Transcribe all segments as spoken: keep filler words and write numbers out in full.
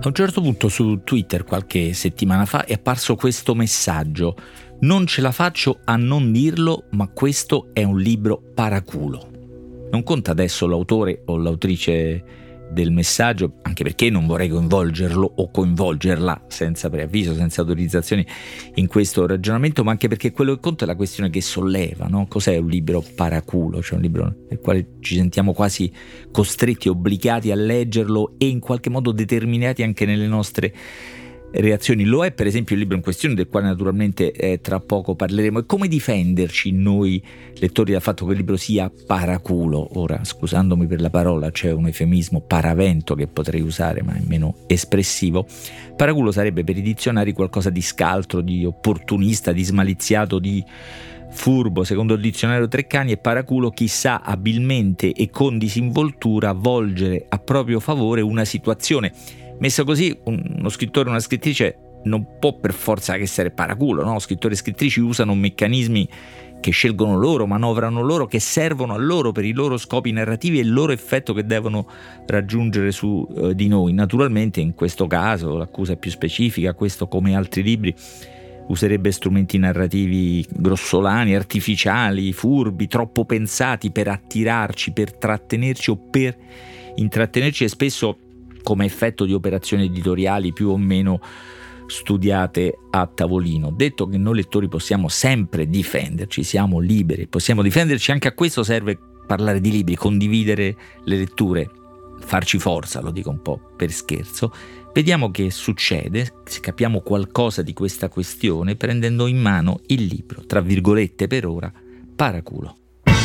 A un certo punto su Twitter qualche settimana fa è apparso questo messaggio: non ce la faccio a non dirlo, ma questo è un libro paraculo. Non conta adesso l'autore o l'autrice del messaggio, anche perché non vorrei coinvolgerlo o coinvolgerla senza preavviso, senza autorizzazione in questo ragionamento, ma anche perché quello che conta è la questione che solleva, no? Cos'è un libro paraculo? Cioè un libro nel quale ci sentiamo quasi costretti, obbligati a leggerlo e in qualche modo determinati anche nelle nostre reazioni. Lo è per esempio il libro in questione, del quale naturalmente eh, tra poco parleremo. E come difenderci noi lettori dal fatto che il libro sia paraculo? Ora, scusandomi per la parola, c'è un eufemismo paravento che potrei usare, ma è meno espressivo. Paraculo sarebbe per i dizionari qualcosa di scaltro, di opportunista, di smaliziato, di furbo, secondo il dizionario Treccani, e paraculo chi sa abilmente e con disinvoltura volgere a proprio favore una situazione. Messo così, uno scrittore o una scrittrice non può per forza essere paraculo, no? Scrittori e scrittrici usano meccanismi che scelgono loro, manovrano loro, che servono a loro per i loro scopi narrativi e il loro effetto che devono raggiungere su eh, di noi. Naturalmente in questo caso l'accusa è più specifica, questo come altri libri userebbe strumenti narrativi grossolani, artificiali, furbi, troppo pensati per attirarci, per trattenerci o per intrattenerci, e spesso come effetto di operazioni editoriali più o meno studiate a tavolino. Detto che noi lettori possiamo sempre difenderci, siamo liberi, possiamo difenderci, anche a questo serve parlare di libri, condividere le letture, farci forza, lo dico un po' per scherzo. Vediamo che succede se capiamo qualcosa di questa questione prendendo in mano il libro, tra virgolette per ora, paraculo.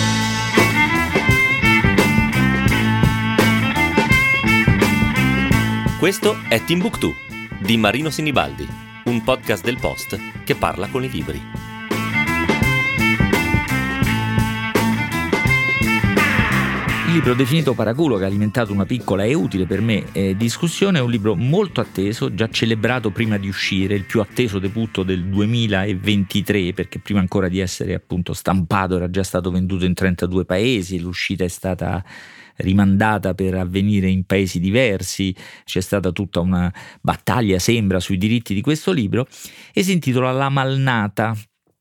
Questo è Timbuktu di Marino Sinibaldi, un podcast del Post che parla con i libri. Il libro definito paraculo, che ha alimentato una piccola e utile per me eh, discussione, è un libro molto atteso, già celebrato prima di uscire, il più atteso debutto del duemilaventitré, perché prima ancora di essere appunto stampato era già stato venduto in trentadue paesi, l'uscita è stata rimandata per avvenire in paesi diversi, c'è stata tutta una battaglia, sembra, sui diritti di questo libro, e si intitola La Malnata.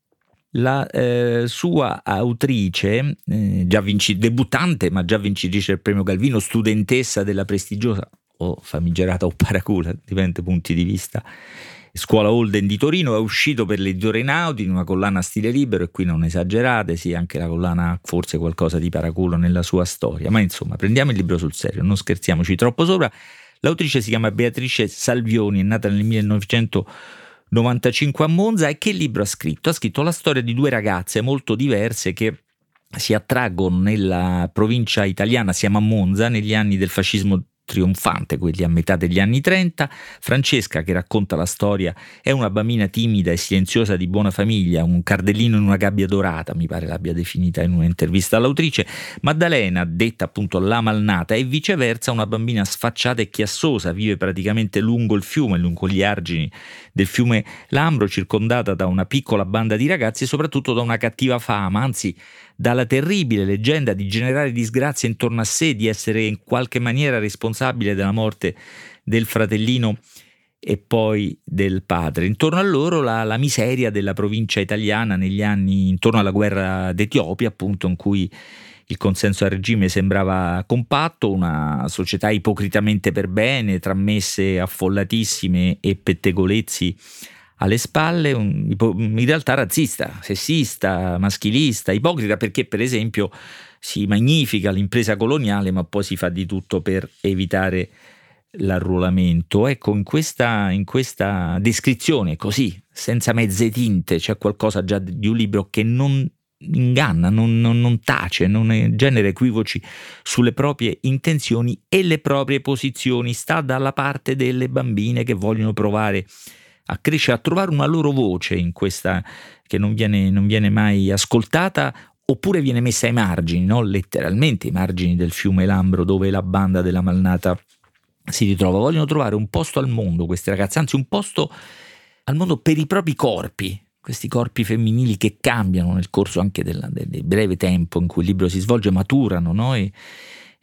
La eh, sua autrice, eh, già vinci- debuttante ma già vincitrice del premio Calvino, studentessa della prestigiosa o famigerata o paraculo, dipende punti di vista, Scuola Holden di Torino, è uscito per l'editore Einaudi in una collana stile libero, e qui non esagerate, sì, anche la collana ha forse qualcosa di paraculo nella sua storia, ma insomma prendiamo il libro sul serio, non scherziamoci troppo sopra. L'autrice si chiama Beatrice Salvioni, è nata nel millenovecentonovantacinque a Monza. E che libro ha scritto? Ha scritto la storia di due ragazze molto diverse che si attraggono nella provincia italiana, siamo a Monza, negli anni del fascismo trionfante, quelli a metà degli anni trenta. Francesca, che racconta la storia, è una bambina timida e silenziosa di buona famiglia, un cardellino in una gabbia dorata, mi pare l'abbia definita in un'intervista all'autrice. Maddalena, detta appunto La Malnata, è viceversa una bambina sfacciata e chiassosa, vive praticamente lungo il fiume, lungo gli argini del fiume Lambro, circondata da una piccola banda di ragazzi e soprattutto da una cattiva fama, anzi dalla terribile leggenda di generare disgrazia intorno a sé, di essere in qualche maniera responsabile della morte del fratellino e poi del padre. Intorno a loro la, la miseria della provincia italiana negli anni intorno alla guerra d'Etiopia, appunto, in cui il consenso al regime sembrava compatto, una società ipocritamente per bene, tra messe affollatissime e pettegolezzi alle spalle, un, in realtà razzista, sessista, maschilista, ipocrita, perché per esempio si magnifica l'impresa coloniale ma poi si fa di tutto per evitare l'arruolamento. Ecco, in questa, in questa descrizione così, senza mezze tinte, c'è qualcosa già di un libro che non inganna, non, non, non tace, non genera equivoci sulle proprie intenzioni e le proprie posizioni, sta dalla parte delle bambine che vogliono provare a crescere, a trovare una loro voce in questa che non viene, non viene mai ascoltata, oppure viene messa ai margini, no? Letteralmente ai margini del fiume Lambro, dove la banda della Malnata si ritrova. Vogliono trovare un posto al mondo queste ragazze, anzi un posto al mondo per i propri corpi, questi corpi femminili che cambiano nel corso anche della, del breve tempo in cui il libro si svolge, maturano, no? E, e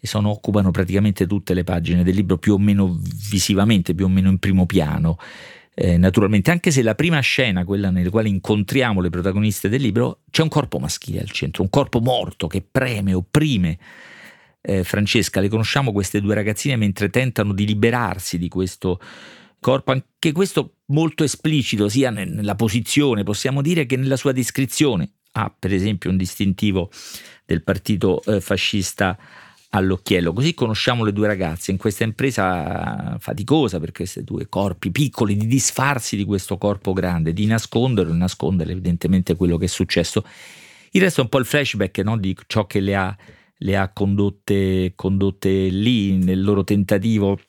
sono, occupano praticamente tutte le pagine del libro, più o meno visivamente, più o meno in primo piano. Eh, naturalmente, anche se la prima scena, quella nella quale incontriamo le protagoniste del libro, c'è un corpo maschile al centro, un corpo morto che preme, opprime eh, Francesca. Le conosciamo queste due ragazzine mentre tentano di liberarsi di questo corpo, anche questo molto esplicito sia nella posizione, possiamo dire, che nella sua descrizione. Ha per esempio un distintivo del partito eh, fascista all'occhiello. Così conosciamo le due ragazze in questa impresa faticosa per questi due corpi piccoli di disfarsi di questo corpo grande, di nasconderlo e nascondere evidentemente quello che è successo. Il resto è un po' il flashback, no, di ciò che le ha, le ha condotte, condotte lì nel loro tentativo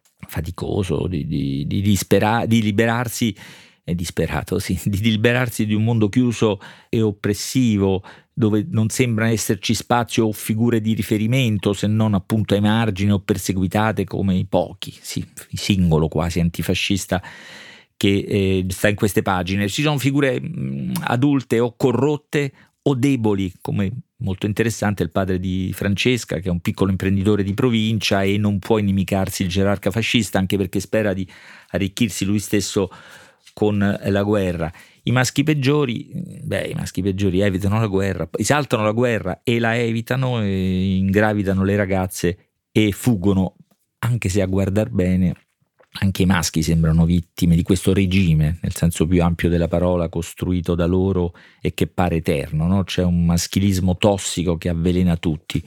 faticoso di, di, di, dispera, di liberarsi è disperato, sì, di liberarsi di un mondo chiuso e oppressivo, dove non sembra esserci spazio o figure di riferimento, se non appunto ai margini o perseguitate come i pochi, sì, il singolo quasi antifascista che eh, sta in queste pagine. Ci sono figure mh, adulte o corrotte o deboli, come molto interessante il padre di Francesca, che è un piccolo imprenditore di provincia e non può inimicarsi il gerarca fascista, anche perché spera di arricchirsi lui stesso con la guerra. I maschi peggiori, beh, i maschi peggiori evitano la guerra, esaltano la guerra e la evitano, e ingravidano le ragazze e fuggono, anche se a guardar bene anche i maschi sembrano vittime di questo regime, nel senso più ampio della parola, costruito da loro e che pare eterno, no? C'è un maschilismo tossico che avvelena tutti,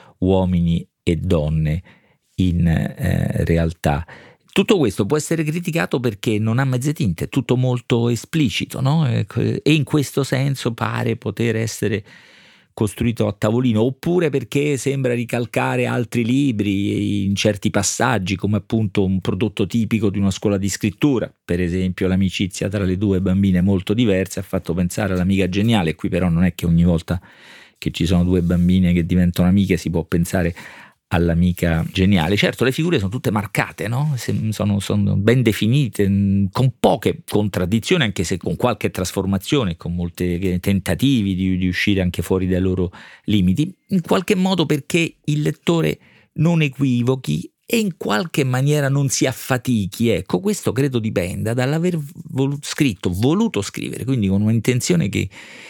uomini e donne in eh, realtà. Tutto questo può essere criticato perché non ha mezze tinte, è tutto molto esplicito, no? E in questo senso pare poter essere costruito a tavolino, oppure perché sembra ricalcare altri libri in certi passaggi, come appunto un prodotto tipico di una scuola di scrittura. Per esempio l'amicizia tra le due bambine molto diverse ha fatto pensare all'amica geniale. Qui però non è che ogni volta che ci sono due bambine che diventano amiche si può pensare all'amica geniale. Certo, le figure sono tutte marcate, no? Sono, sono ben definite, con poche contraddizioni, anche se con qualche trasformazione, con molti tentativi di, di uscire anche fuori dai loro limiti, in qualche modo perché il lettore non equivochi e in qualche maniera non si affatichi. Ecco, questo credo dipenda dall'aver vol- scritto, voluto scrivere, quindi con un'intenzione che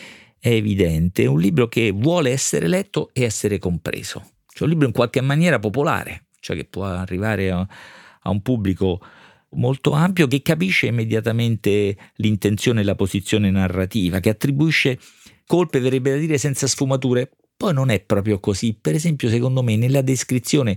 è evidente, un libro che vuole essere letto e essere compreso. Cioè un libro in qualche maniera popolare, cioè che può arrivare a, a un pubblico molto ampio, che capisce immediatamente l'intenzione e la posizione narrativa, che attribuisce colpe, verrebbe da dire, senza sfumature. Poi non è proprio così. Per esempio, secondo me, nella descrizione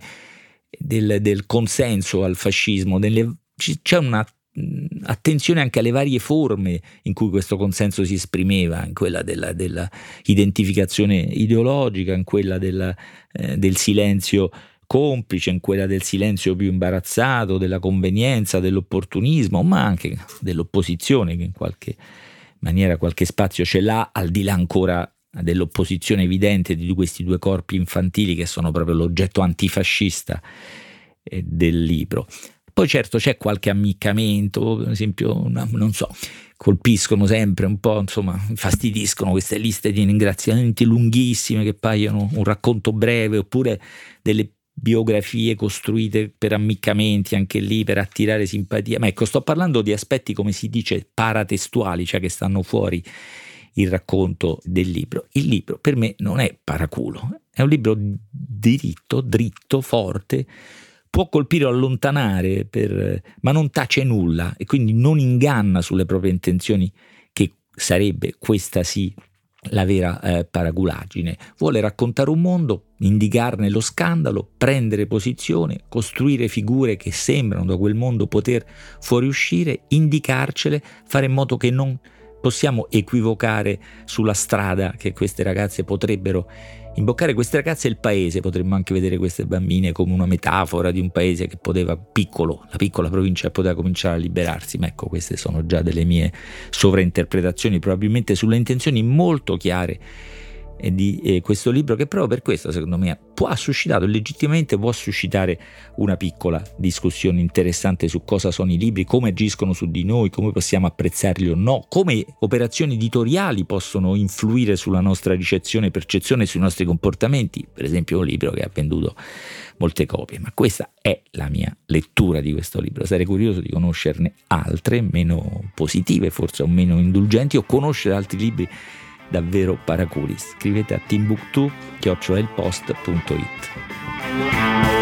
del, del consenso al fascismo nelle, c'è una attenzione anche alle varie forme in cui questo consenso si esprimeva, in quella della, della identificazione ideologica, in quella della, eh, del silenzio complice, in quella del silenzio più imbarazzato, della convenienza, dell'opportunismo, ma anche dell'opposizione, che in qualche maniera qualche spazio ce l'ha, al di là ancora dell'opposizione evidente di questi due corpi infantili che sono proprio l'oggetto antifascista eh, del libro. Poi certo c'è qualche ammiccamento, per esempio, non so, colpiscono sempre un po', insomma, infastidiscono queste liste di ringraziamenti lunghissime che paiono un racconto breve, oppure delle biografie costruite per ammiccamenti, anche lì per attirare simpatia. Ma ecco, sto parlando di aspetti, come si dice, paratestuali, cioè che stanno fuori il racconto del libro. Il libro per me non è paraculo, è un libro diritto, dritto, forte, può colpire o allontanare, per, ma non tace nulla e quindi non inganna sulle proprie intenzioni, che sarebbe, questa sì, la vera eh, paraculaggine. Vuole raccontare un mondo, indicarne lo scandalo, prendere posizione, costruire figure che sembrano da quel mondo poter fuoriuscire, indicarcele, fare in modo che non possiamo equivocare sulla strada che queste ragazze potrebbero imboccare. Queste ragazze e il paese, potremmo anche vedere queste bambine come una metafora di un paese che poteva, piccolo, la piccola provincia che poteva cominciare a liberarsi. Ma ecco, queste sono già delle mie sovrainterpretazioni, probabilmente sulle intenzioni molto chiare di eh, questo libro, che proprio per questo secondo me può ha suscitato legittimamente può suscitare una piccola discussione interessante su cosa sono i libri, come agiscono su di noi, come possiamo apprezzarli o no, come operazioni editoriali possono influire sulla nostra ricezione e percezione, sui nostri comportamenti. Per esempio un libro che ha venduto molte copie, ma questa è la mia lettura di questo libro. Sarei curioso di conoscerne altre meno positive, forse, o meno indulgenti, o conoscere altri libri davvero paraculi. Scrivete a timbuktu chiocciola il post punto it.